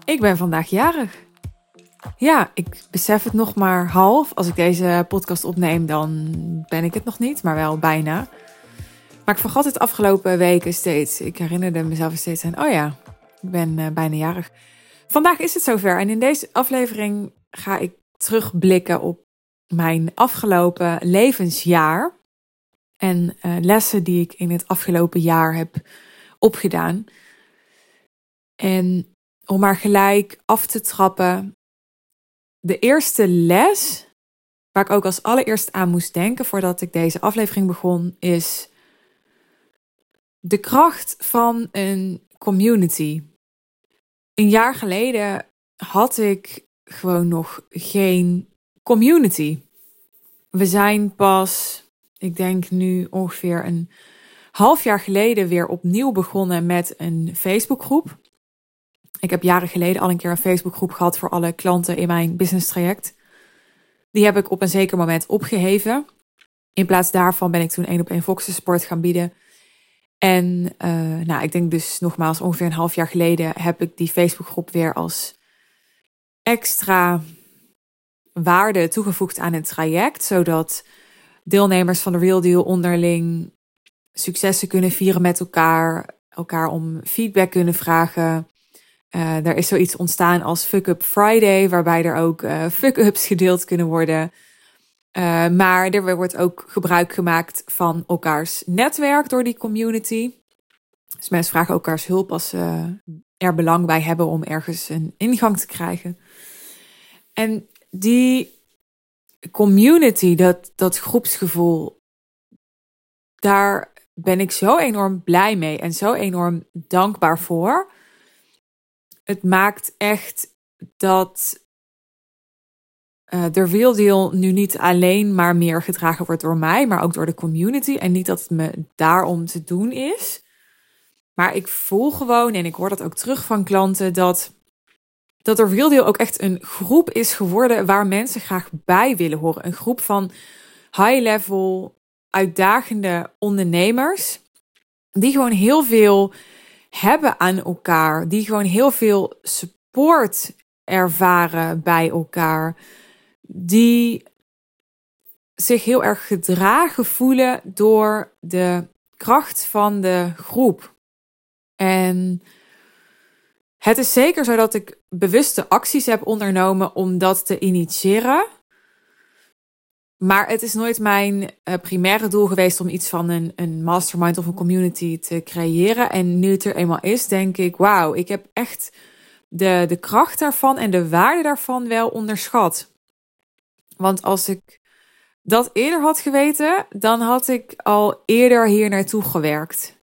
Ik ben vandaag jarig. Ja, ik besef het nog maar half. Als ik deze podcast opneem, dan ben ik het nog niet, maar wel bijna. Maar ik vergat het afgelopen weken steeds. Ik herinnerde mezelf steeds aan, oh ja, ik ben bijna jarig. Vandaag is het zover en in deze aflevering ga ik terugblikken op mijn afgelopen levensjaar. En lessen die ik in het afgelopen jaar heb opgedaan. En om maar gelijk af te trappen. De eerste les, waar ik ook als allereerst aan moest denken voordat ik deze aflevering begon, is de kracht van een community. Een jaar geleden had ik gewoon nog geen community. We zijn pas, ik denk nu ongeveer een half jaar geleden weer opnieuw begonnen met een Facebookgroep. Ik heb jaren geleden al een keer een Facebookgroep gehad voor alle klanten in mijn business traject. Die heb ik op een zeker moment opgeheven. In plaats daarvan ben ik toen 1-op-1 Voxer Support gaan bieden. En ik denk dus nogmaals ongeveer een half jaar geleden heb ik die Facebookgroep weer als extra waarde toegevoegd aan het traject. Zodat deelnemers van de Real Deal onderling successen kunnen vieren met elkaar om feedback kunnen vragen. Er is zoiets ontstaan als Fuck Up Friday, waarbij er ook fuck-ups gedeeld kunnen worden. Maar er wordt ook gebruik gemaakt van elkaars netwerk door die community. Dus mensen vragen elkaars hulp als ze er belang bij hebben om ergens een ingang te krijgen. En die community, dat groepsgevoel, daar ben ik zo enorm blij mee en zo enorm dankbaar voor. Het maakt echt dat de Real Deal nu niet alleen maar meer gedragen wordt door mij, maar ook door de community. En niet dat het me daarom te doen is. Maar ik voel gewoon, en ik hoor dat ook terug van klanten, dat de Real Deal ook echt een groep is geworden waar mensen graag bij willen horen. Een groep van high-level, uitdagende ondernemers die gewoon heel veel hebben aan elkaar. Die gewoon heel veel support ervaren bij elkaar. Die zich heel erg gedragen voelen door de kracht van de groep. En het is zeker zo dat ik bewuste acties heb ondernomen om dat te initiëren. Maar het is nooit mijn primaire doel geweest om iets van een mastermind of een community te creëren. En nu het er eenmaal is, denk ik, wauw, ik heb echt de kracht daarvan en de waarde daarvan wel onderschat. Want als ik dat eerder had geweten, dan had ik al eerder hier naartoe gewerkt.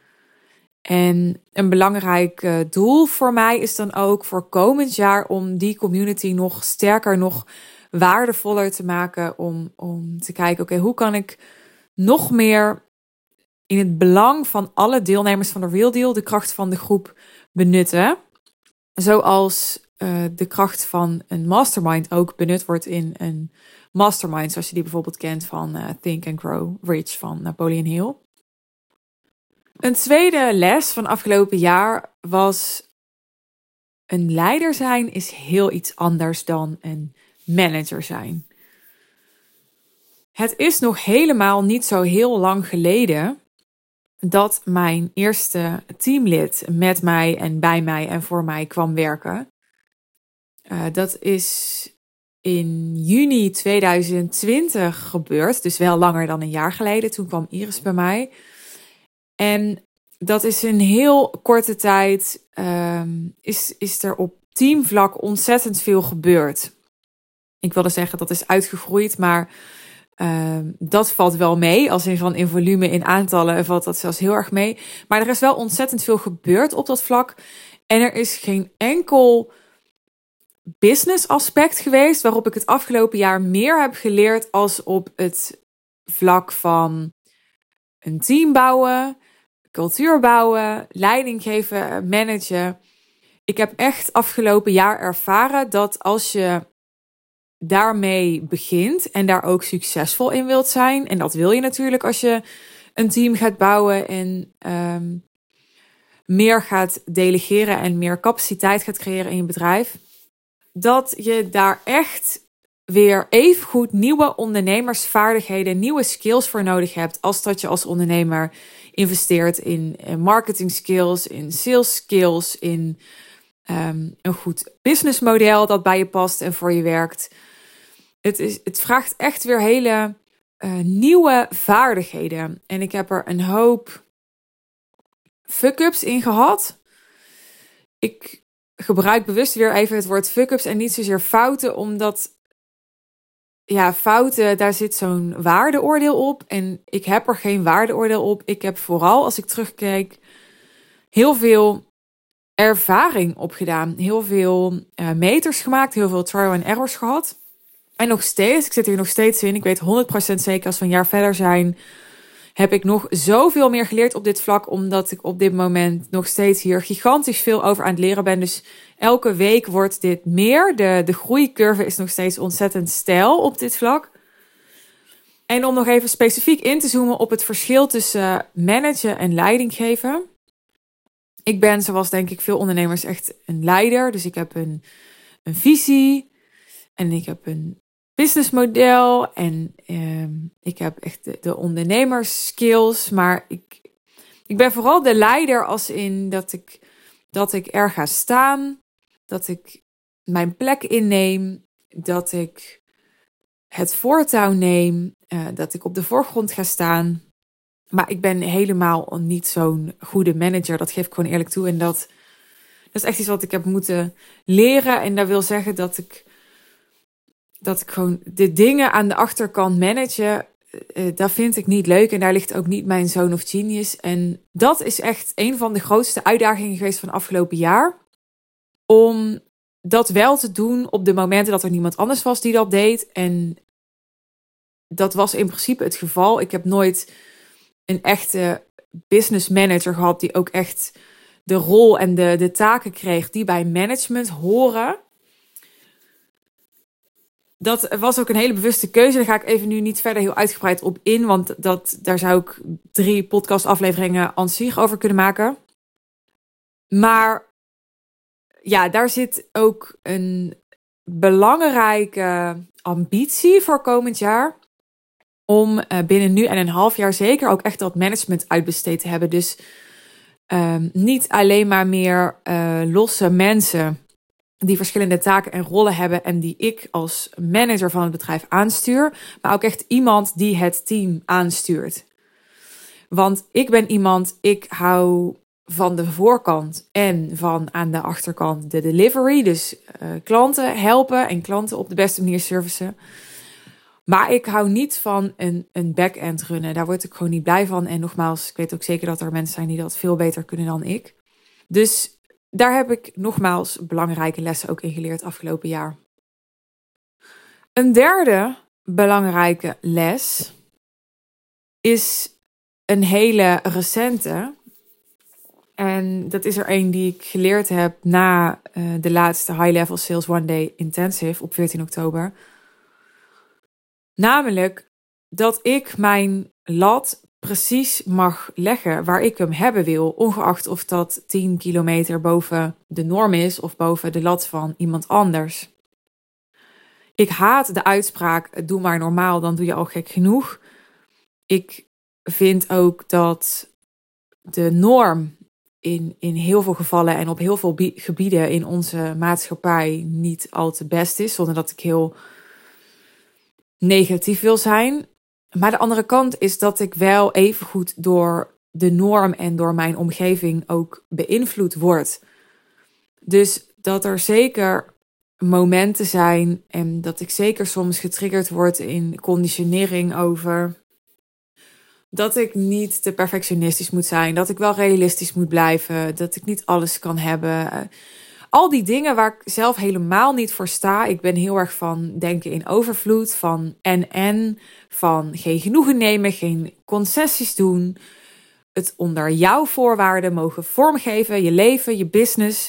En een belangrijk doel voor mij is dan ook voor komend jaar om die community nog sterker, nog waardevoller te maken. Om te kijken, oké, hoe kan ik nog meer in het belang van alle deelnemers van de Real Deal de kracht van de groep benutten. Zoals de kracht van een mastermind ook benut wordt in een mastermind, zoals je die bijvoorbeeld kent van Think and Grow Rich van Napoleon Hill. Een tweede les van afgelopen jaar was: een leider zijn is heel iets anders dan een manager zijn. Het is nog helemaal niet zo heel lang geleden dat mijn eerste teamlid met mij en bij mij en voor mij kwam werken. Dat is in juni 2020 gebeurd, dus wel langer dan een jaar geleden. Toen kwam Iris bij mij. En dat is in heel korte tijd, is er op teamvlak ontzettend veel gebeurd. Ik wilde zeggen dat is uitgegroeid, maar dat valt wel mee. Als in volume, in aantallen valt dat zelfs heel erg mee. Maar er is wel ontzettend veel gebeurd op dat vlak. En er is geen enkel business aspect geweest waarop ik het afgelopen jaar meer heb geleerd als op het vlak van een team bouwen, cultuur bouwen, leiding geven, managen. Ik heb echt afgelopen jaar ervaren dat als je daarmee begint en daar ook succesvol in wilt zijn, en dat wil je natuurlijk als je een team gaat bouwen en meer gaat delegeren en meer capaciteit gaat creëren in je bedrijf, dat je daar echt weer evengoed nieuwe ondernemersvaardigheden, nieuwe skills voor nodig hebt, als dat je als ondernemer investeert in marketing skills, in sales skills, in een goed businessmodel dat bij je past en voor je werkt. Het vraagt echt weer hele nieuwe vaardigheden. En ik heb er een hoop fuck-ups in gehad. Ik gebruik bewust weer even het woord fuck-ups en niet zozeer fouten, omdat fouten, daar zit zo'n waardeoordeel op. En ik heb er geen waardeoordeel op. Ik heb vooral, als ik terugkijk, heel veel ervaring opgedaan. Heel veel meters gemaakt, heel veel trial and errors gehad. En nog steeds, ik zit hier nog steeds in. Ik weet 100% zeker, als we een jaar verder zijn, heb ik nog zoveel meer geleerd op dit vlak, omdat ik op dit moment nog steeds hier gigantisch veel over aan het leren ben. Dus elke week wordt dit meer. De groeicurve is nog steeds ontzettend steil op dit vlak. En om nog even specifiek in te zoomen op het verschil tussen managen en leiding geven. Ik ben, zoals denk ik veel ondernemers, echt een leider. Dus ik heb een visie en ik heb een businessmodel en ik heb echt de ondernemerskills. Maar ik ben vooral de leider als in dat ik er ga staan, dat ik mijn plek inneem, dat ik het voortouw neem, dat ik op de voorgrond ga staan. Maar ik ben helemaal niet zo'n goede manager, dat geef ik gewoon eerlijk toe. En dat is echt iets wat ik heb moeten leren. En dat wil zeggen dat ik gewoon de dingen aan de achterkant managen, dat vind ik niet leuk. En daar ligt ook niet mijn zone of genius. En dat is echt een van de grootste uitdagingen geweest van afgelopen jaar. Om dat wel te doen op de momenten dat er niemand anders was die dat deed. En dat was in principe het geval. Ik heb nooit een echte business manager gehad die ook echt de rol en de taken kreeg die bij management horen. Dat was ook een hele bewuste keuze. Daar ga ik even nu niet verder heel uitgebreid op in, want daar zou ik 3 podcastafleveringen aan zich over kunnen maken. Maar ja, daar zit ook een belangrijke ambitie voor komend jaar. Om binnen nu en een half jaar zeker ook echt dat management uitbesteed te hebben. Dus niet alleen maar meer losse mensen die verschillende taken en rollen hebben en die ik als manager van het bedrijf aanstuur. Maar ook echt iemand die het team aanstuurt. Want ik ben iemand, ik hou van de voorkant en van aan de achterkant de delivery. Dus klanten helpen en klanten op de beste manier servicen. Maar ik hou niet van een back-end runnen. Daar word ik gewoon niet blij van. En nogmaals, ik weet ook zeker dat er mensen zijn die dat veel beter kunnen dan ik. Dus daar heb ik nogmaals belangrijke lessen ook in geleerd afgelopen jaar. Een derde belangrijke les is een hele recente. En dat is er een die ik geleerd heb na de laatste High Level Sales One Day Intensive op 14 oktober. Namelijk dat ik mijn lat precies mag leggen waar ik hem hebben wil. Ongeacht of dat 10 kilometer boven de norm is of boven de lat van iemand anders. Ik haat de uitspraak, doe maar normaal, dan doe je al gek genoeg. Ik vind ook dat de norm in heel veel gevallen en op heel veel gebieden in onze maatschappij niet al te best is. Zonder dat ik heel negatief wil zijn. Maar de andere kant is dat ik wel evengoed door de norm en door mijn omgeving ook beïnvloed word. Dus dat er zeker momenten zijn en dat ik zeker soms getriggerd word in conditionering over dat ik niet te perfectionistisch moet zijn, dat ik wel realistisch moet blijven, dat ik niet alles kan hebben. Al die dingen waar ik zelf helemaal niet voor sta. Ik ben heel erg van denken in overvloed, van van geen genoegen nemen, geen concessies doen. Het onder jouw voorwaarden mogen vormgeven, je leven, je business.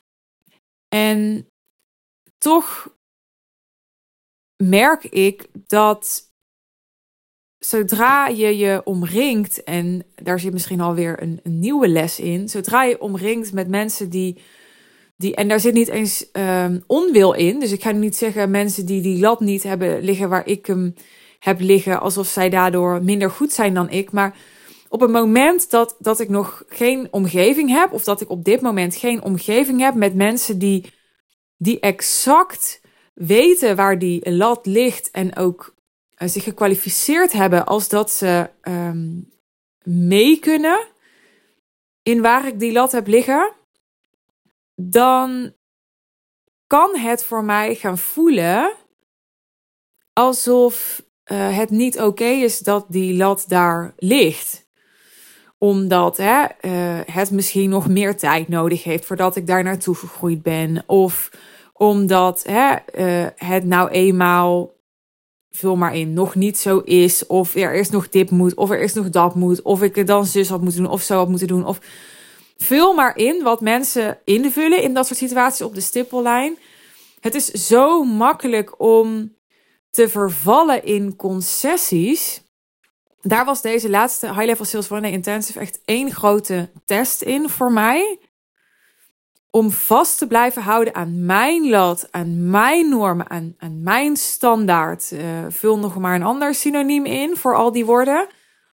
En toch merk ik dat zodra je je omringt, en daar zit misschien alweer een nieuwe les in. Zodra je omringt met mensen die en daar zit niet eens onwil in. Dus ik ga niet zeggen mensen die lat niet hebben liggen waar ik hem heb liggen, alsof zij daardoor minder goed zijn dan ik. Maar op het moment dat ik nog geen omgeving heb, of dat ik op dit moment geen omgeving heb met mensen die exact weten waar die lat ligt en ook zich gekwalificeerd hebben als dat ze mee kunnen in waar ik die lat heb liggen, dan kan het voor mij gaan voelen alsof het niet oké is dat die lat daar ligt. Omdat het misschien nog meer tijd nodig heeft voordat ik daar naartoe gegroeid ben. Of omdat het nou eenmaal, vul maar in, nog niet zo is. Of er eerst nog dit moet, of er eerst nog dat moet. Of ik het dan zus had moeten doen, of zo had moeten doen. Of vul maar in wat mensen invullen in dat soort situaties op de stippellijn. Het is zo makkelijk om te vervallen in concessies. Daar was deze laatste High Level Sales One Day Intensive echt één grote test in voor mij. Om vast te blijven houden aan mijn lat, aan mijn normen, aan mijn standaard. Vul nog maar een ander synoniem in voor al die woorden.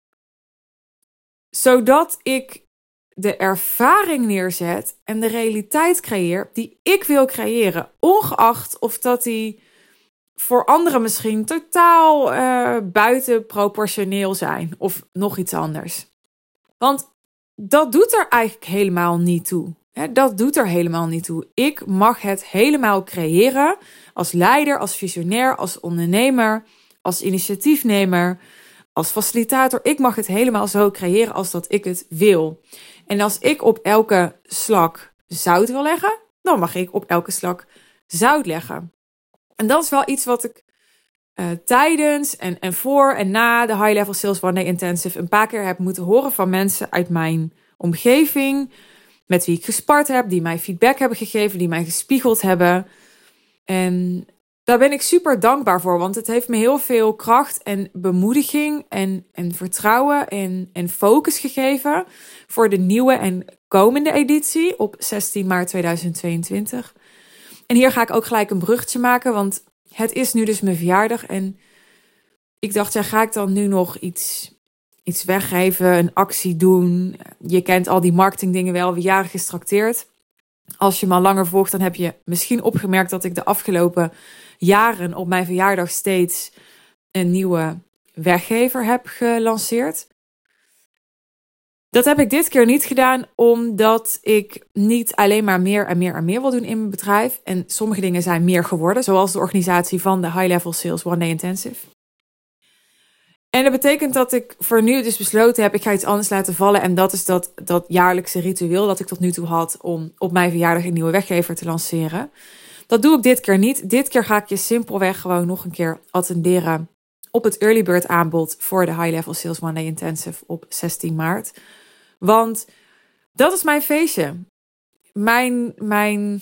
Zodat ik de ervaring neerzet en de realiteit creëer die ik wil creëren. Ongeacht of dat die voor anderen misschien totaal buitenproportioneel zijn. Of nog iets anders. Want dat doet er eigenlijk helemaal niet toe. Dat doet er helemaal niet toe. Ik mag het helemaal creëren. Als leider, als visionair, als ondernemer, als initiatiefnemer, als facilitator. Ik mag het helemaal zo creëren als dat ik het wil. En als ik op elke slak zout wil leggen, dan mag ik op elke slak zout leggen. En dat is wel iets wat ik tijdens en voor en na de High Level Sales One Day Intensive een paar keer heb moeten horen van mensen uit mijn omgeving, met wie ik gespart heb, die mij feedback hebben gegeven, die mij gespiegeld hebben. En daar ben ik super dankbaar voor, want het heeft me heel veel kracht en bemoediging en vertrouwen en focus gegeven voor de nieuwe en komende editie op 16 maart 2022. En hier ga ik ook gelijk een bruggetje maken, want het is nu dus mijn verjaardag. En ik dacht, ja, ga ik dan nu nog iets weggeven, een actie doen? Je kent al die marketingdingen wel, wie jarig is trakteert. Als je me al langer volgt, dan heb je misschien opgemerkt dat ik de afgelopen jaren op mijn verjaardag steeds een nieuwe weggever heb gelanceerd. Dat heb ik dit keer niet gedaan, omdat ik niet alleen maar meer en meer en meer wil doen in mijn bedrijf. En sommige dingen zijn meer geworden, zoals de organisatie van de High Level Sales One Day Intensive. En dat betekent dat ik voor nu dus besloten heb, ik ga iets anders laten vallen. En dat is dat jaarlijkse ritueel dat ik tot nu toe had om op mijn verjaardag een nieuwe weggever te lanceren. Dat doe ik dit keer niet. Dit keer ga ik je simpelweg gewoon nog een keer attenderen op het Early Bird aanbod voor de High Level Sales One Day Intensive op 16 maart. Want dat is mijn feestje. Mijn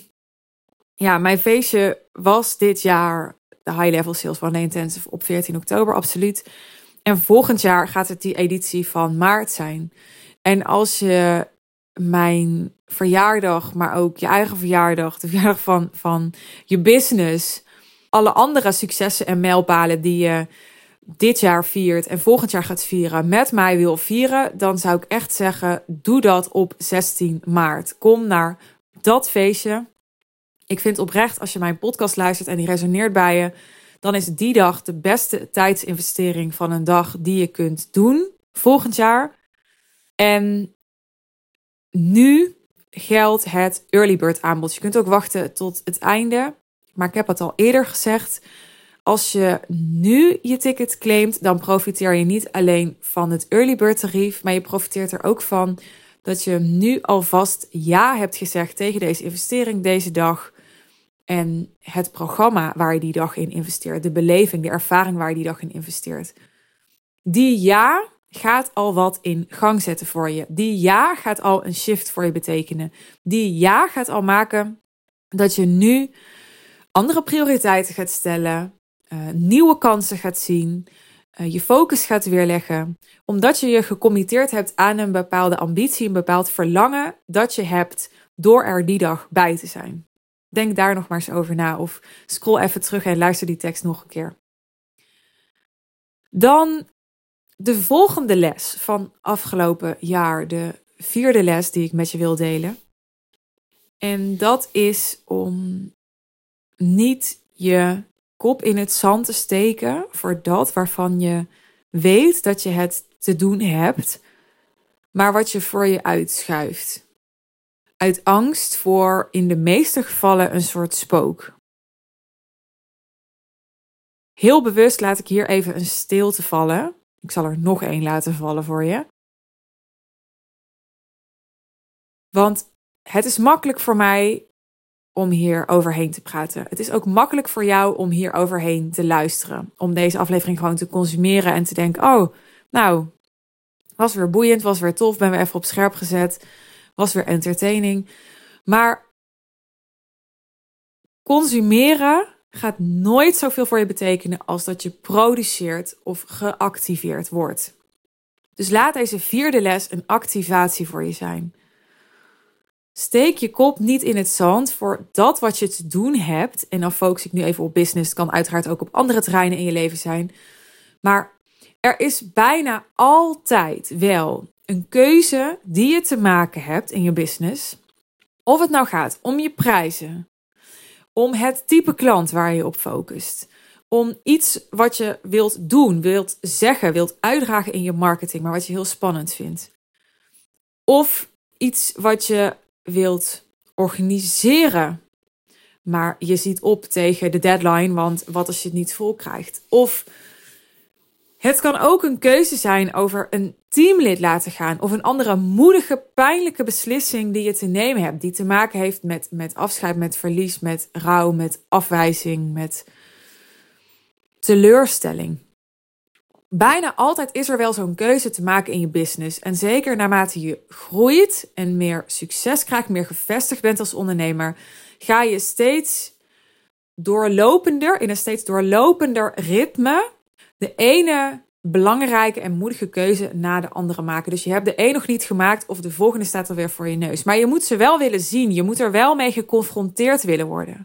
feestje was dit jaar de High Level Sales One Day Intensive op 14 oktober, absoluut. En volgend jaar gaat het die editie van maart zijn. En als je mijn verjaardag, maar ook je eigen verjaardag, de verjaardag van je business, alle andere successen en mijlpalen die je dit jaar viert en volgend jaar gaat vieren, met mij wil vieren, dan zou ik echt zeggen, doe dat op 16 maart. Kom naar dat feestje. Ik vind oprecht, als je mijn podcast luistert en die resoneert bij je, dan is die dag de beste tijdsinvestering van een dag die je kunt doen volgend jaar. En nu geldt het early bird aanbod. Je kunt ook wachten tot het einde, maar ik heb het al eerder gezegd. Als je nu je ticket claimt, dan profiteer je niet alleen van het early bird tarief, maar je profiteert er ook van dat je nu alvast ja hebt gezegd tegen deze investering deze dag. En het programma waar je die dag in investeert, de beleving, de ervaring waar je die dag in investeert. Die ja gaat al wat in gang zetten voor je. Die ja gaat al een shift voor je betekenen. Die ja gaat al maken dat je nu andere prioriteiten gaat stellen, nieuwe kansen gaat zien, je focus gaat weerleggen. Omdat je je gecommitteerd hebt aan een bepaalde ambitie, een bepaald verlangen dat je hebt door er die dag bij te zijn. Denk daar nog maar eens over na of scroll even terug en luister die tekst nog een keer. Dan de volgende les van afgelopen jaar, de 4e les die ik met je wil delen. En dat is om niet je kop in het zand te steken voor dat waarvan je weet dat je het te doen hebt, maar wat je voor je uitschuift. Uit angst voor in de meeste gevallen een soort spook. Heel bewust laat ik hier even een stilte vallen. Ik zal er nog één laten vallen voor je. Want het is makkelijk voor mij om hier overheen te praten. Het is ook makkelijk voor jou om hier overheen te luisteren. Om deze aflevering gewoon te consumeren en te denken, oh, nou, was weer boeiend, was weer tof, ben weer even op scherp gezet, was weer entertaining. Maar consumeren gaat nooit zoveel voor je betekenen als dat je produceert of geactiveerd wordt. Dus laat deze 4e les een activatie voor je zijn. Steek je kop niet in het zand voor dat wat je te doen hebt. En dan focus ik nu even op business. Het kan uiteraard ook op andere terreinen in je leven zijn. Maar er is bijna altijd wel een keuze die je te maken hebt in je business. Of het nou gaat om je prijzen. Om het type klant waar je op focust. Om iets wat je wilt doen, wilt zeggen, wilt uitdragen in je marketing. Maar wat je heel spannend vindt. Of iets wat je wilt organiseren. Maar je ziet op tegen de deadline, want wat als je het niet vol krijgt? Of het kan ook een keuze zijn over een teamlid laten gaan. Of een andere moedige, pijnlijke beslissing die je te nemen hebt. Die te maken heeft met afscheid, met verlies, met rouw, met afwijzing, met teleurstelling. Bijna altijd is er wel zo'n keuze te maken in je business. En zeker naarmate je groeit en meer succes krijgt, meer gevestigd bent als ondernemer, ga je steeds doorlopender, in een steeds doorlopender ritme, de ene belangrijke en moedige keuze na de andere maken. Dus je hebt de een nog niet gemaakt of de volgende staat alweer voor je neus. Maar je moet ze wel willen zien. Je moet er wel mee geconfronteerd willen worden.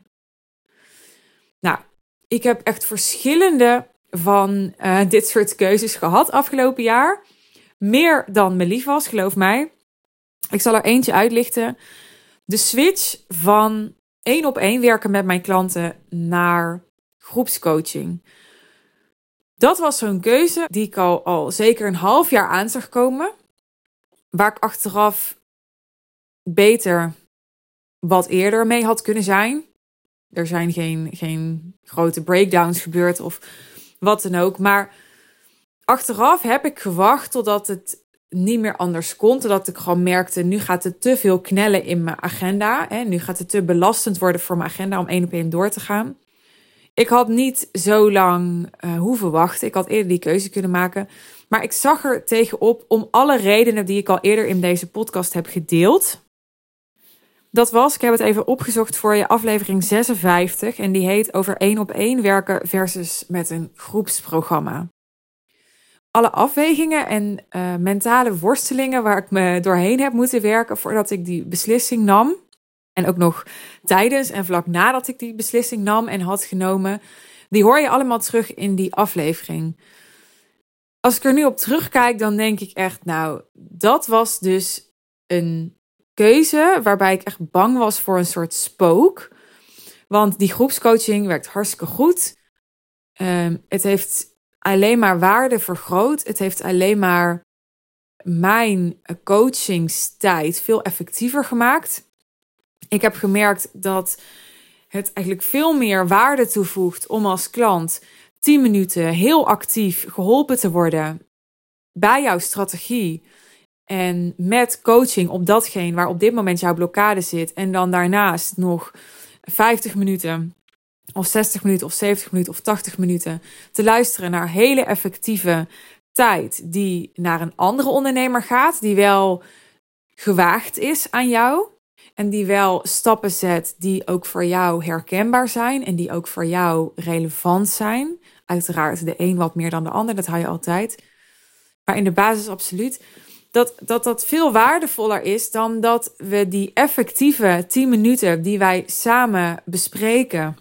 Nou, ik heb echt verschillende van dit soort keuzes gehad afgelopen jaar. Meer dan me lief was, geloof mij. Ik zal er eentje uitlichten. De switch van 1-op-1 werken met mijn klanten naar groepscoaching. Dat was zo'n keuze die ik al zeker een half jaar aan zag komen. Waar ik achteraf beter wat eerder mee had kunnen zijn. Er zijn geen grote breakdowns gebeurd of wat dan ook. Maar achteraf heb ik gewacht totdat het niet meer anders kon. Totdat ik gewoon merkte, nu gaat het te veel knellen in mijn agenda. Hè? Nu gaat het te belastend worden voor mijn agenda om 1-op-1 door te gaan. Ik had niet zo lang hoeven wachten. Ik had eerder die keuze kunnen maken. Maar ik zag er tegenop om alle redenen die ik al eerder in deze podcast heb gedeeld. Dat was, ik heb het even opgezocht voor je, aflevering 56. En die heet over 1-op-1 werken versus met een groepsprogramma. Alle afwegingen en mentale worstelingen waar ik me doorheen heb moeten werken voordat ik die beslissing nam. En ook nog tijdens en vlak nadat ik die beslissing nam en had genomen. Die hoor je allemaal terug in die aflevering. Als ik er nu op terugkijk, dan denk ik echt, nou, dat was dus een keuze waarbij ik echt bang was voor een soort spook. Want die groepscoaching werkt hartstikke goed. Het heeft alleen maar waarde vergroot. Het heeft alleen maar mijn coachingstijd veel effectiever gemaakt. Ik heb gemerkt dat het eigenlijk veel meer waarde toevoegt om als klant 10 minuten heel actief geholpen te worden bij jouw strategie. En met coaching op datgene waar op dit moment jouw blokkade zit. En dan daarnaast nog 50 minuten of 60 minuten of 70 minuten of 80 minuten te luisteren naar hele effectieve tijd die naar een andere ondernemer gaat. Die wel gewaagd is aan jou. En die wel stappen zet die ook voor jou herkenbaar zijn. En die ook voor jou relevant zijn. Uiteraard de een wat meer dan de ander, dat hou je altijd. Maar in de basis absoluut. Dat veel waardevoller is dan dat we die effectieve 10 minuten die wij samen bespreken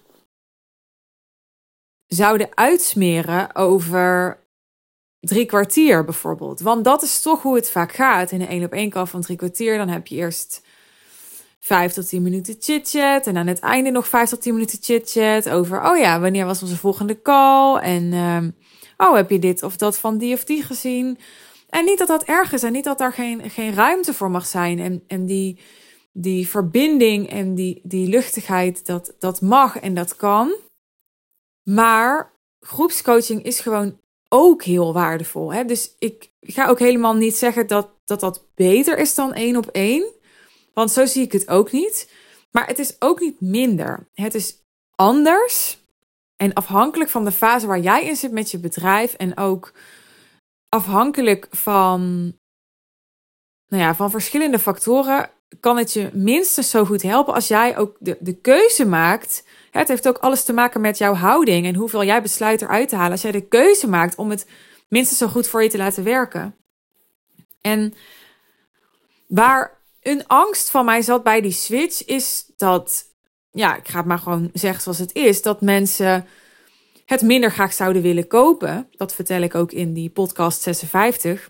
zouden uitsmeren over 3 kwartier bijvoorbeeld. Want dat is toch hoe het vaak gaat. In een 1-op-1 call van 3 kwartier, dan heb je eerst 5 tot 10 minuten chit-chat. En aan het einde nog 5 tot 10 minuten chit-chat over, oh ja, wanneer was onze volgende call? En heb je dit of dat van die of die gezien? En niet dat dat erg is en niet dat daar geen ruimte voor mag zijn. En die verbinding en die luchtigheid, dat mag en dat kan. Maar groepscoaching is gewoon ook heel waardevol. Hè? Dus ik ga ook helemaal niet zeggen dat beter is dan 1-op-1. Want zo zie ik het ook niet. Maar het is ook niet minder. Het is anders. En afhankelijk van de fase waar jij in zit met je bedrijf. En ook afhankelijk van verschillende factoren kan het je minstens zo goed helpen als jij ook de keuze maakt. Het heeft ook alles te maken met jouw houding en hoeveel jij besluit eruit te halen. Als jij de keuze maakt om het minstens zo goed voor je te laten werken. En waar een angst van mij zat bij die switch is dat, ik ga het maar gewoon zeggen zoals het is, dat mensen het minder graag zouden willen kopen. Dat vertel ik ook in die podcast 56.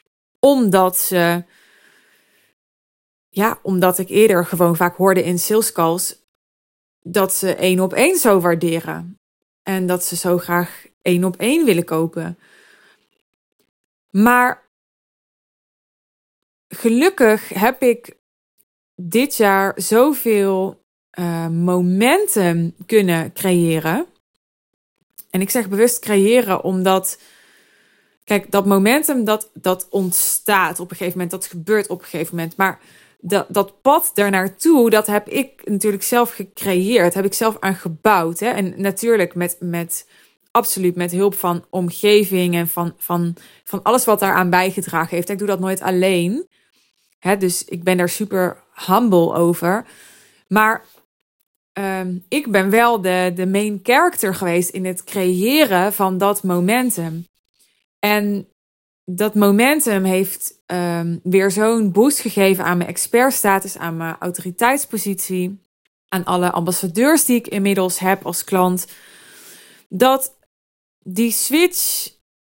Omdat ik eerder gewoon vaak hoorde in sales calls dat ze 1-op-1 zo waarderen. En dat ze zo graag 1-op-1 willen kopen. Maar gelukkig heb ik dit jaar zoveel momentum kunnen creëren. En ik zeg bewust creëren omdat, kijk, dat momentum dat ontstaat op een gegeven moment. Dat gebeurt op een gegeven moment. Maar dat pad daarnaartoe, dat heb ik natuurlijk zelf gecreëerd. Heb ik zelf aan gebouwd. Hè? En natuurlijk absoluut met hulp van omgeving en van alles wat daaraan bijgedragen heeft. Ik doe dat nooit alleen. Hè? Dus ik ben daar super humble over. Maar ik ben wel de main character geweest in het creëren van dat momentum. En dat momentum heeft weer zo'n boost gegeven aan mijn expertstatus, aan mijn autoriteitspositie, aan alle ambassadeurs die ik inmiddels heb als klant, dat die switch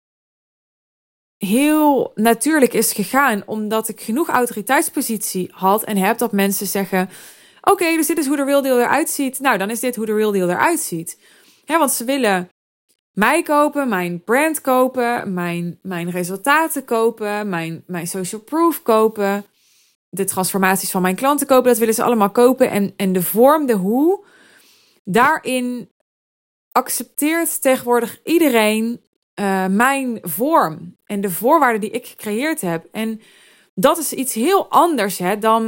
heel natuurlijk is gegaan, omdat ik genoeg autoriteitspositie had en heb dat mensen zeggen, oké, dus dit is hoe de real deal eruit ziet. Nou, dan is dit hoe de real deal eruit ziet. Want ze willen mij kopen, mijn brand kopen, mijn resultaten kopen, mijn social proof kopen, de transformaties van mijn klanten kopen, dat willen ze allemaal kopen. En de vorm, de hoe, daarin accepteert tegenwoordig iedereen mijn vorm en de voorwaarden die ik gecreëerd heb. En dat is iets heel anders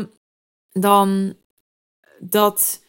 dan dat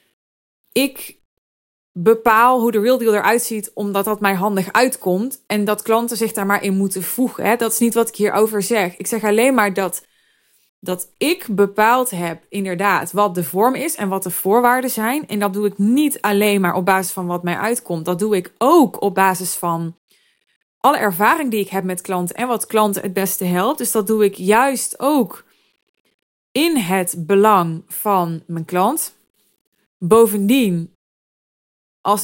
ik bepaal hoe de real deal eruit ziet, omdat dat mij handig uitkomt en dat klanten zich daar maar in moeten voegen. Hè? Dat is niet wat ik hierover zeg. Ik zeg alleen maar dat ik bepaald heb inderdaad wat de vorm is en wat de voorwaarden zijn. En dat doe ik niet alleen maar op basis van wat mij uitkomt. Dat doe ik ook op basis van alle ervaring die ik heb met klanten en wat klanten het beste helpt. Dus dat doe ik juist ook in het belang van mijn klant. Bovendien, als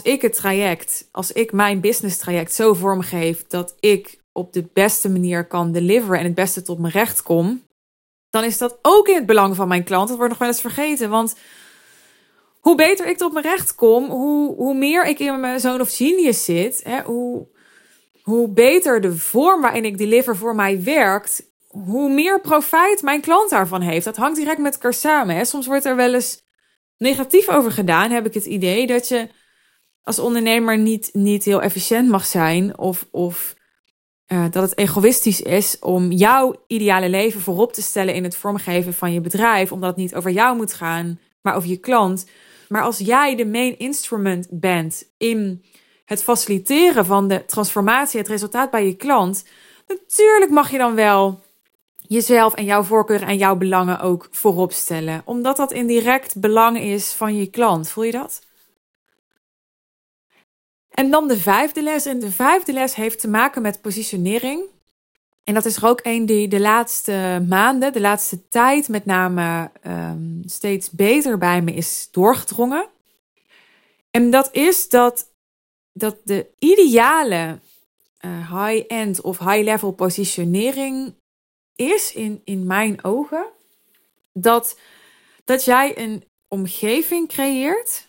ik mijn business traject zo vormgeef dat ik op de beste manier kan deliveren en het beste tot mijn recht kom, dan is dat ook in het belang van mijn klant. Dat wordt nog wel eens vergeten, want hoe beter ik tot mijn recht kom, hoe meer ik in mijn zone of genius zit, hè, hoe beter de vorm waarin ik deliver voor mij werkt, hoe meer profijt mijn klant daarvan heeft. Dat hangt direct met elkaar samen. Hè. Soms wordt er wel eens negatief over gedaan, heb ik het idee dat je als ondernemer niet heel efficiënt mag zijn of dat het egoïstisch is om jouw ideale leven voorop te stellen in het vormgeven van je bedrijf, omdat het niet over jou moet gaan, maar over je klant. Maar als jij de main instrument bent in het faciliteren van de transformatie, het resultaat bij je klant, natuurlijk mag je dan wel jezelf en jouw voorkeuren en jouw belangen ook voorop stellen, omdat dat in direct belang is van je klant. Voel je dat? En dan de vijfde les. En de vijfde les heeft te maken met positionering. En dat is er ook een die de laatste maanden, de laatste tijd met name steeds beter bij me is doorgedrongen. En dat is dat de ideale high-end of high-level positionering is in mijn ogen dat jij een omgeving creëert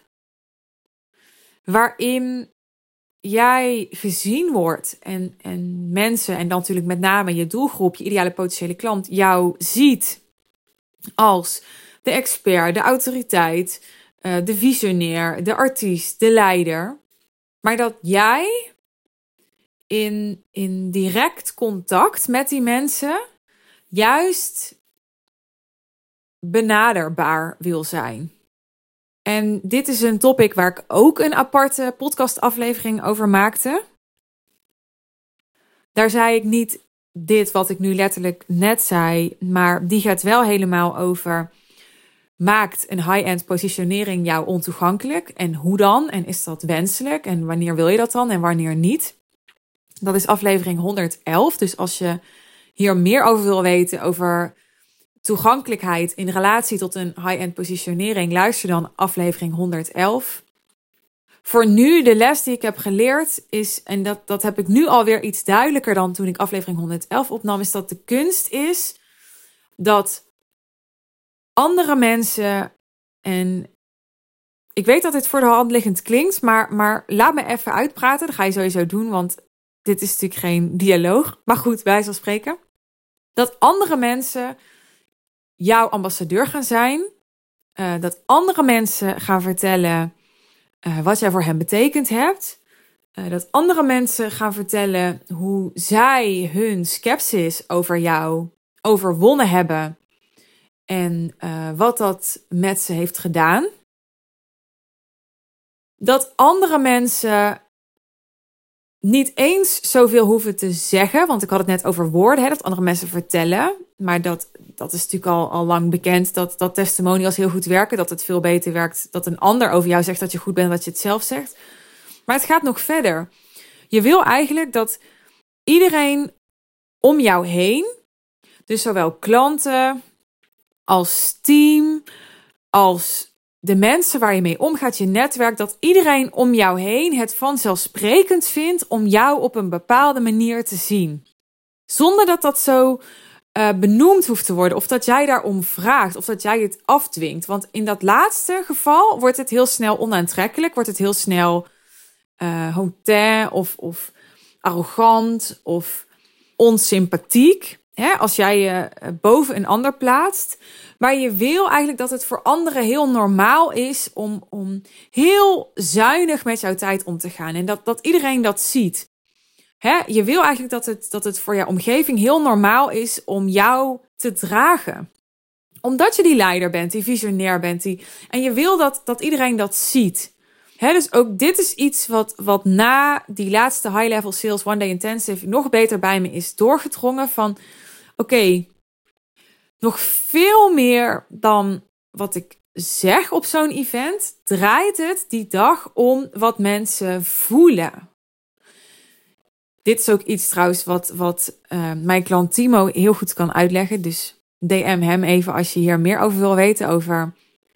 waarin jij gezien wordt en mensen, en dan natuurlijk met name je doelgroep, je ideale potentiële klant, jou ziet als de expert, de autoriteit, de visionair, de artiest, de leider. Maar dat jij in direct contact met die mensen juist benaderbaar wil zijn. En dit is een topic waar ik ook een aparte podcastaflevering over maakte. Daar zei ik niet dit wat ik nu letterlijk net zei, maar die gaat wel helemaal over: maakt een high-end positionering jou ontoegankelijk? En hoe dan? En is dat wenselijk? En wanneer wil je dat dan en wanneer niet? Dat is aflevering 111. Dus als je hier meer over wil weten, over toegankelijkheid in relatie tot een high-end positionering, luister dan aflevering 111. Voor nu, de les die ik heb geleerd is, en dat heb ik nu alweer iets duidelijker dan toen ik aflevering 111 opnam, is dat de kunst is dat andere mensen, en ik weet dat dit voor de hand liggend klinkt, maar laat me even uitpraten. Dat ga je sowieso doen, want dit is natuurlijk geen dialoog. Maar goed, wij zal spreken. Dat andere mensen jouw ambassadeur gaan zijn. Dat andere mensen gaan vertellen wat jij voor hen betekend hebt. Dat andere mensen gaan vertellen hoe zij hun sceptisch over jou overwonnen hebben. En wat dat met ze heeft gedaan. Dat andere mensen niet eens zoveel hoeven te zeggen. Want ik had het net over woorden, dat andere mensen vertellen. Maar dat is natuurlijk al lang bekend. Dat testimonials heel goed werken. Dat het veel beter werkt dat een ander over jou zegt dat je goed bent dan dat je het zelf zegt. Maar het gaat nog verder. Je wil eigenlijk dat iedereen om jou heen, dus zowel klanten als team, als de mensen waar je mee omgaat, je netwerk, dat iedereen om jou heen het vanzelfsprekend vindt om jou op een bepaalde manier te zien. Zonder dat dat zo benoemd hoeft te worden, of dat jij daarom vraagt, of dat jij het afdwingt. Want in dat laatste geval wordt het heel snel onaantrekkelijk, wordt het heel snel hautain of arrogant of onsympathiek. Als jij je boven een ander plaatst. Maar je wil eigenlijk dat het voor anderen heel normaal is om heel zuinig met jouw tijd om te gaan. En dat iedereen dat ziet. Je wil eigenlijk dat het voor jouw omgeving heel normaal is om jou te dragen. Omdat je die leider bent, die visionair bent. En je wil dat iedereen dat ziet. Dus ook dit is iets wat na die laatste High Level Sales One Day Intensive nog beter bij me is doorgedrongen van oké, nog veel meer dan wat ik zeg op zo'n event, draait het die dag om wat mensen voelen. Dit is ook iets trouwens wat mijn klant Timo heel goed kan uitleggen. Dus DM hem even als je hier meer over wil weten. Over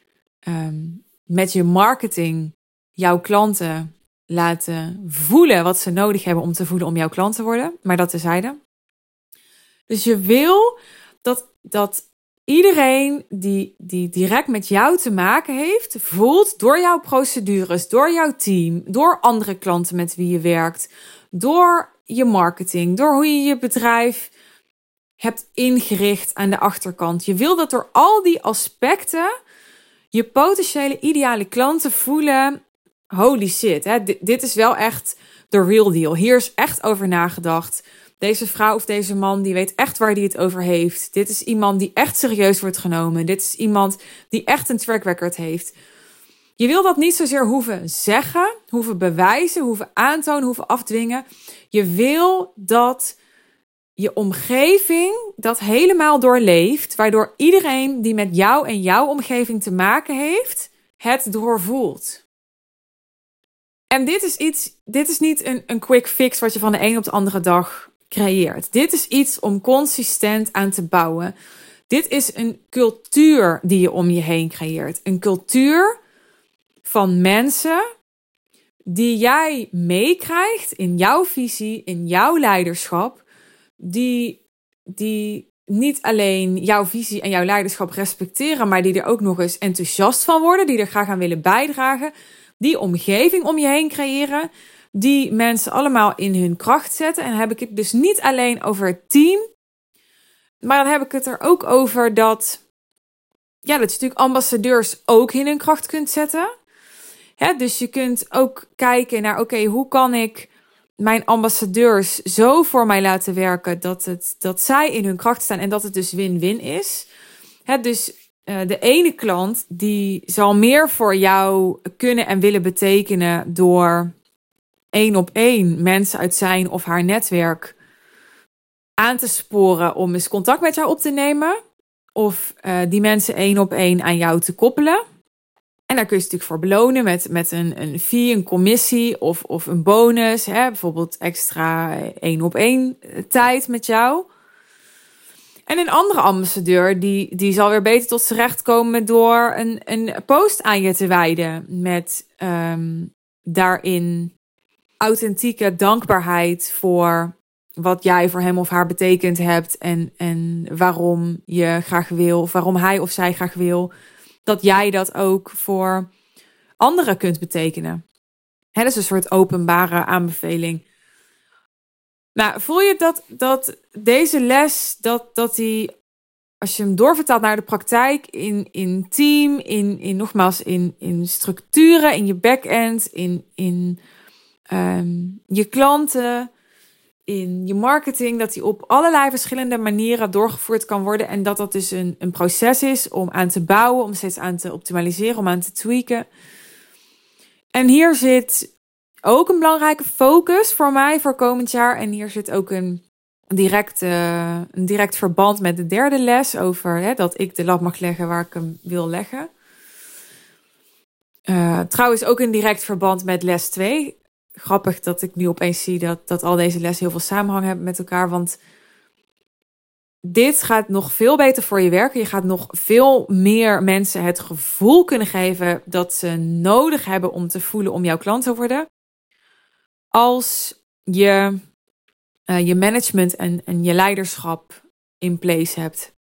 met je marketing jouw klanten laten voelen wat ze nodig hebben om te voelen om jouw klant te worden. Maar dat terzijde. Dus je wil dat iedereen die direct met jou te maken heeft, voelt door jouw procedures, door jouw team, door andere klanten met wie je werkt, door je marketing, door hoe je je bedrijf hebt ingericht aan de achterkant. Je wil dat door al die aspecten je potentiële ideale klanten voelen, holy shit, dit is wel echt de real deal. Hier is echt over nagedacht. Deze vrouw of deze man, die weet echt waar die het over heeft. Dit is iemand die echt serieus wordt genomen. Dit is iemand die echt een track record heeft. Je wil dat niet zozeer hoeven zeggen, hoeven bewijzen, hoeven aantonen, hoeven afdwingen. Je wil dat je omgeving dat helemaal doorleeft, waardoor iedereen die met jou en jouw omgeving te maken heeft, het doorvoelt. En dit is niet een quick fix wat je van de een op de andere dag creëert. Dit is iets om consistent aan te bouwen. Dit is een cultuur die je om je heen creëert. Een cultuur van mensen die jij meekrijgt in jouw visie, in jouw leiderschap. Die niet alleen jouw visie en jouw leiderschap respecteren, maar die er ook nog eens enthousiast van worden. Die er graag aan willen bijdragen. Die omgeving om je heen creëren. Die mensen allemaal in hun kracht zetten. En dan heb ik het dus niet alleen over het team. Maar dan heb ik het er ook over dat je natuurlijk ambassadeurs ook in hun kracht kunt zetten. Dus je kunt ook kijken naar, oké, hoe kan ik mijn ambassadeurs zo voor mij laten werken dat zij in hun kracht staan en dat het dus win-win is. Dus de ene klant die zal meer voor jou kunnen en willen betekenen door 1-op-1 mensen uit zijn of haar netwerk aan te sporen om eens contact met jou op te nemen. Of die mensen 1-op-1 aan jou te koppelen. En daar kun je natuurlijk voor belonen met een fee, een commissie of een bonus. Bijvoorbeeld extra 1-op-1 tijd met jou. En een andere ambassadeur die zal weer beter tot zijn recht komen door een post aan je te wijden. Met daarin authentieke dankbaarheid voor wat jij voor hem of haar betekend hebt. En waarom je graag wil, of waarom hij of zij graag wil dat jij dat ook voor anderen kunt betekenen. Dat is een soort openbare aanbeveling. Nou, voel je dat deze les, dat die, als je hem doorvertaalt naar de praktijk, in team, nogmaals, in structuren, in je back-end, in je klanten, in je marketing, dat die op allerlei verschillende manieren doorgevoerd kan worden. En dat dus een proces is om aan te bouwen, om steeds aan te optimaliseren, om aan te tweaken. En hier zit ook een belangrijke focus voor mij voor komend jaar. En hier zit ook een direct verband met de derde les over dat ik de lat mag leggen waar ik hem wil leggen. Trouwens ook een direct verband met les 2. Grappig dat ik nu opeens zie dat al deze lessen heel veel samenhang hebben met elkaar. Want dit gaat nog veel beter voor je werken. Je gaat nog veel meer mensen het gevoel kunnen geven dat ze nodig hebben om te voelen om jouw klant te worden. Als je je management en je leiderschap in place hebt.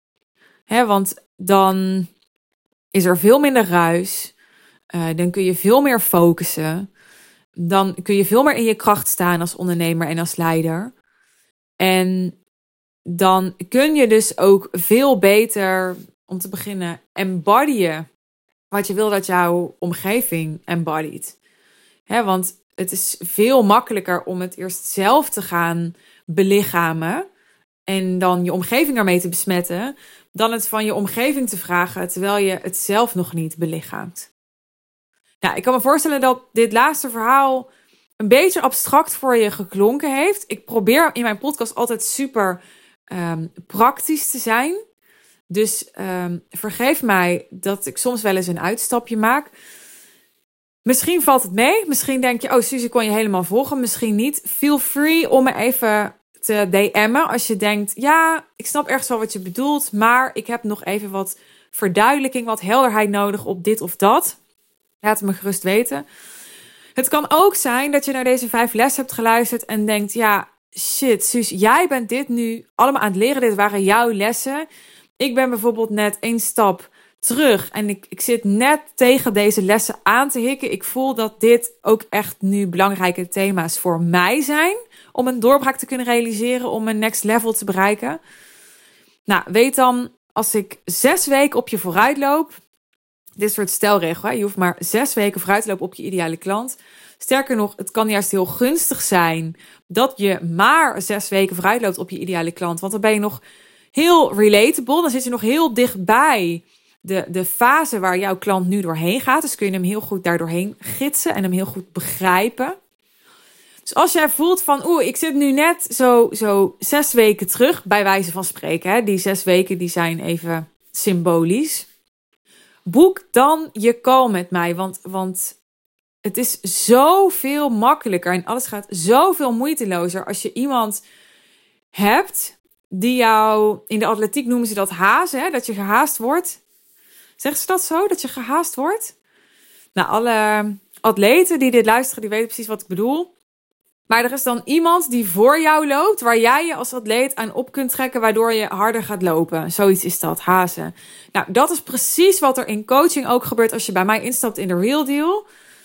Want dan is er veel minder ruis. Dan kun je veel meer focussen. Dan kun je veel meer in je kracht staan als ondernemer en als leider. En dan kun je dus ook veel beter, om te beginnen, embodyen wat je wil dat jouw omgeving embodied. Want het is veel makkelijker om het eerst zelf te gaan belichamen en dan je omgeving ermee te besmetten, dan het van je omgeving te vragen terwijl je het zelf nog niet belichaamt. Nou, ik kan me voorstellen dat dit laatste verhaal een beetje abstract voor je geklonken heeft. Ik probeer in mijn podcast altijd super praktisch te zijn. Dus vergeef mij dat ik soms wel eens een uitstapje maak. Misschien valt het mee. Misschien denk je, Suzy, kon je helemaal volgen. Misschien niet. Feel free om me even te DM'en als je denkt, ja, ik snap ergens wel wat je bedoelt, maar ik heb nog even wat verduidelijking, wat helderheid nodig op dit of dat. Laat het me gerust weten. Het kan ook zijn dat je naar deze 5 lessen hebt geluisterd en denkt, ja, shit, Suus, jij bent dit nu allemaal aan het leren. Dit waren jouw lessen. Ik ben bijvoorbeeld net 1 stap terug en ik zit net tegen deze lessen aan te hikken. Ik voel dat dit ook echt nu belangrijke thema's voor mij zijn om een doorbraak te kunnen realiseren, om een next level te bereiken. Nou, weet dan, als ik 6 weken op je vooruit loop, dit soort stelregel, je hoeft maar 6 weken vooruit te lopen op je ideale klant. Sterker nog, het kan juist heel gunstig zijn dat je maar 6 weken vooruit loopt op je ideale klant. Want dan ben je nog heel relatable, dan zit je nog heel dichtbij de fase waar jouw klant nu doorheen gaat. Dus kun je hem heel goed daardoorheen gidsen en hem heel goed begrijpen. Dus als jij voelt van, ik zit nu net zo 6 weken terug, bij wijze van spreken. Die 6 weken die zijn even symbolisch. Boek dan je call met mij, want Het is zoveel makkelijker en alles gaat zoveel moeitelozer als je iemand hebt die jou, in de atletiek noemen ze dat hazen, hè? Dat je gehaast wordt. Zeggen ze dat zo, dat je gehaast wordt? Nou, alle atleten die dit luisteren, die weten precies wat ik bedoel. Maar er is dan iemand die voor jou loopt, waar jij je als atleet aan op kunt trekken, waardoor je harder gaat lopen. Zoiets is dat, hazen. Nou, dat is precies wat er in coaching ook gebeurt als je bij mij instapt in de Real Deal.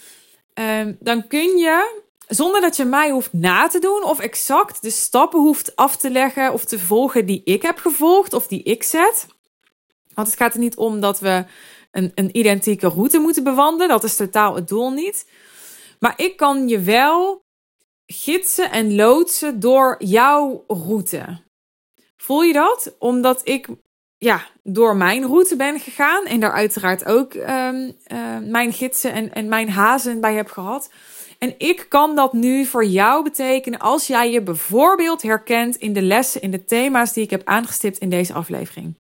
Dan kun je, zonder dat je mij hoeft na te doen of exact de stappen hoeft af te leggen of te volgen die ik heb gevolgd of die ik zet. Want het gaat er niet om dat we een identieke route moeten bewandelen. Dat is totaal het doel niet. Maar ik kan je wel gidsen en loodsen door jouw route. Voel je dat? Omdat ik door mijn route ben gegaan en daar uiteraard ook mijn gidsen en mijn hazen bij heb gehad. En ik kan dat nu voor jou betekenen als jij je bijvoorbeeld herkent in de lessen, in de thema's die ik heb aangestipt in deze aflevering.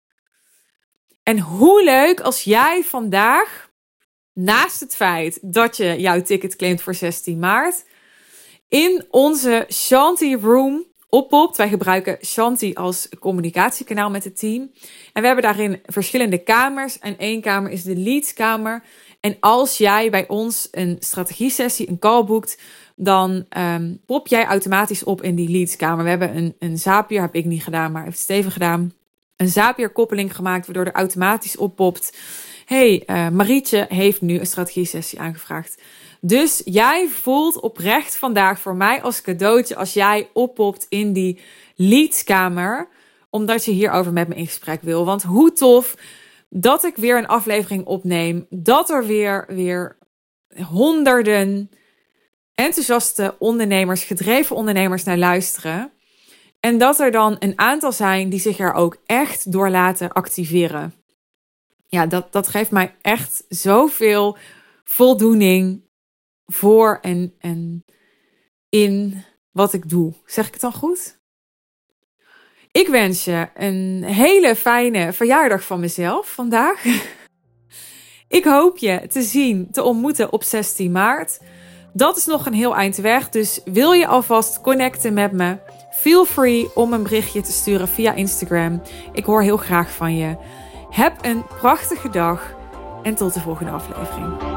En hoe leuk als jij vandaag, naast het feit dat je jouw ticket claimt voor 16 maart, in onze Shanti Room oppopt. Wij gebruiken Shanti als communicatiekanaal met het team. En we hebben daarin verschillende kamers. En 1 kamer is de leadskamer. En als jij bij ons een strategie-sessie, een call boekt, dan pop jij automatisch op in die leadskamer. We hebben een Zapier, heb ik niet gedaan, maar heeft Steven gedaan. Een Zapier-koppeling gemaakt, waardoor er automatisch oppopt. Marietje heeft nu een strategie-sessie aangevraagd. Dus jij voelt oprecht vandaag voor mij als cadeautje als jij oppopt in die leadskamer, omdat je hierover met me in gesprek wil. Want hoe tof dat ik weer een aflevering opneem, dat er weer honderden enthousiaste ondernemers, gedreven ondernemers naar luisteren. En dat er dan een aantal zijn die zich er ook echt door laten activeren. Ja, dat geeft mij echt zoveel voldoening voor en in wat ik doe. Zeg ik het dan goed? Ik wens je een hele fijne verjaardag van mezelf vandaag. Ik hoop je te zien, te ontmoeten op 16 maart. Dat is nog een heel eind weg, dus wil je alvast connecten met me? Feel free om een berichtje te sturen via Instagram. Ik hoor heel graag van je. Heb een prachtige dag en tot de volgende aflevering.